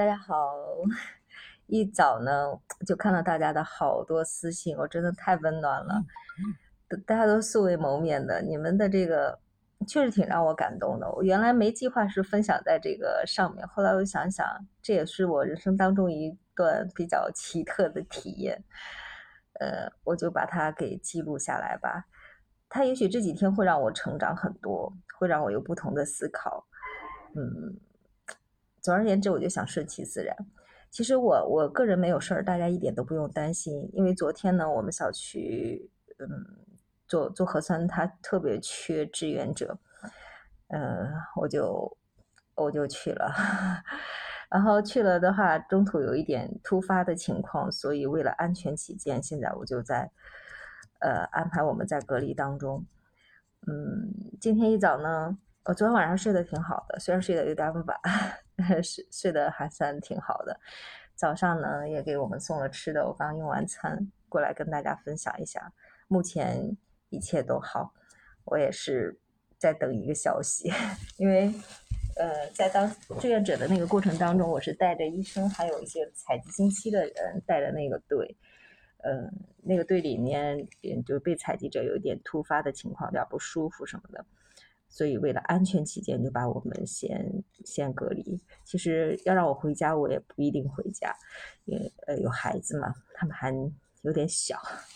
大家好。一早呢就看到大家的好多私信，我真的太温暖了，大家都素未谋面的，你们的这个确实挺让我感动的。我原来没计划是分享在这个上面，后来我想想，这也是我人生当中一段比较奇特的体验，我就把它给记录下来吧。它也许这几天会让我成长很多，会让我有不同的思考。嗯，总而言之，我就想顺其自然。其实我个人没有事儿，大家一点都不用担心。因为昨天呢，我们小区做核酸，它特别缺志愿者，我就去了。然后去了的话，中途有一点突发的情况，所以为了安全起见，现在我就在安排我们在隔离当中。今天一早呢，我昨天晚上睡得挺好的，虽然睡得有点晚，睡得还算挺好的。早上呢也给我们送了吃的，我刚用完餐过来跟大家分享一下。目前一切都好，我也是在等一个消息。因为在当志愿者的那个过程当中，我是带着医生还有一些采集信息的人带着那个队。那个队里面就被采集者有一点突发的情况，有点不舒服什么的，所以为了安全起见，就把我们先隔离。其实要让我回家，我也不一定回家，因为有孩子嘛，他们还有点小。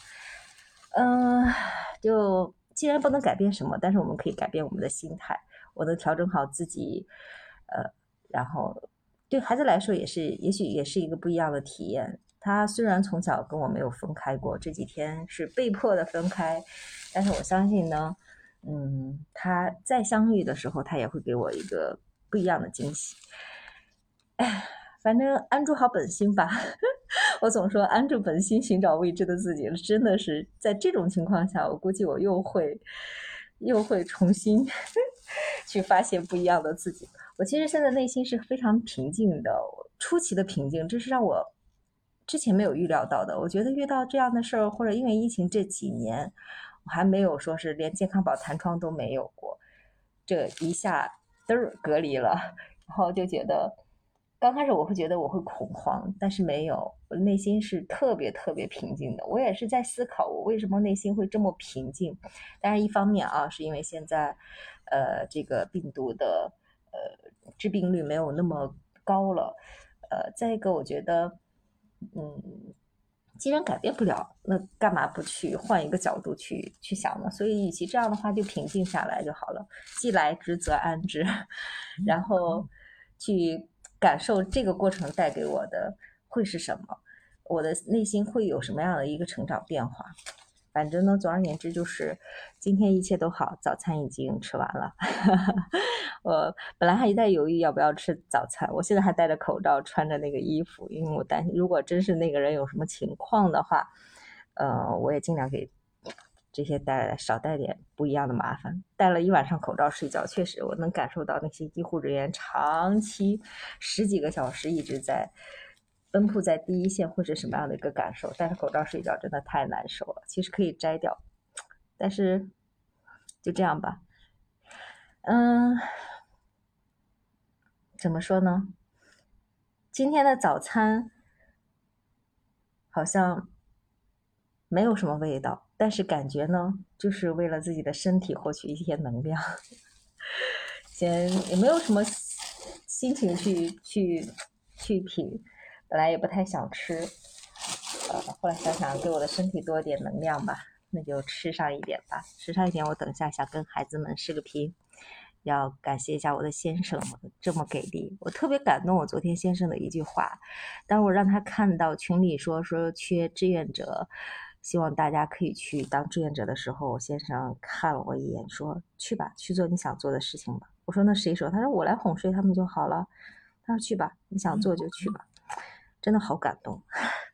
就既然不能改变什么，但是我们可以改变我们的心态。我能调整好自己，然后对孩子来说也许也是一个不一样的体验。他虽然从小跟我没有分开过，这几天是被迫的分开，但是我相信呢，他再相遇的时候，他也会给我一个不一样的惊喜。反正安住好本心吧。我总说安住本心，寻找未知的自己，真的是在这种情况下，我估计我又会重新去发现不一样的自己。我其实现在内心是非常平静的，出奇的平静，这是让我之前没有预料到的。我觉得遇到这样的事儿，或者因为疫情这几年，我还没有说是连健康宝弹窗都没有过，这一下隔离了，然后就觉得刚开始我会觉得我会恐慌，但是没有，我内心是特别特别平静的。我也是在思考我为什么内心会这么平静。当然一方面啊，是因为现在这个病毒的致病率没有那么高了。再一个我觉得既然改变不了，那干嘛不去换一个角度去想呢？所以与其这样的话，就平静下来就好了。既来之则安之，然后去感受这个过程带给我的会是什么，我的内心会有什么样的一个成长变化。反正呢，总而言之就是今天一切都好，早餐已经吃完了。我本来还在犹豫要不要吃早餐，我现在还戴着口罩，穿着那个衣服，因为我担心如果真是那个人有什么情况的话，我也尽量给这些少带点不一样的麻烦。戴了一晚上口罩睡觉，确实我能感受到那些医护人员长期10几个小时一直在奔赴在第一线会是什么样的一个感受。戴着口罩睡觉真的太难受了，其实可以摘掉，但是就这样吧。怎么说呢？今天的早餐好像没有什么味道，但是感觉呢，就是为了自己的身体获取一些能量。先也没有什么心情去品，本来也不太想吃，后来想想给我的身体多一点能量吧，那就吃上一点吧。吃上一点，我等一下想跟孩子们视个频。要感谢一下我的先生这么给力，我特别感动我昨天先生的一句话。当我让他看到群里说缺志愿者，希望大家可以去当志愿者的时候，我先生看了我一眼说去吧，去做你想做的事情吧。我说那谁说？他说我来哄睡他们就好了。他说去吧，你想做就去吧。真的好感动。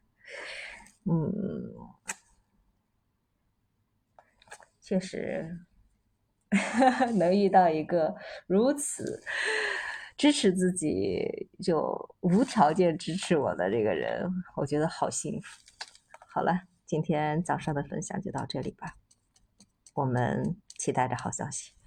确实能遇到一个如此支持自己就无条件支持我的这个人，我觉得好幸福。好了，今天早上的分享就到这里吧，我们期待着好消息。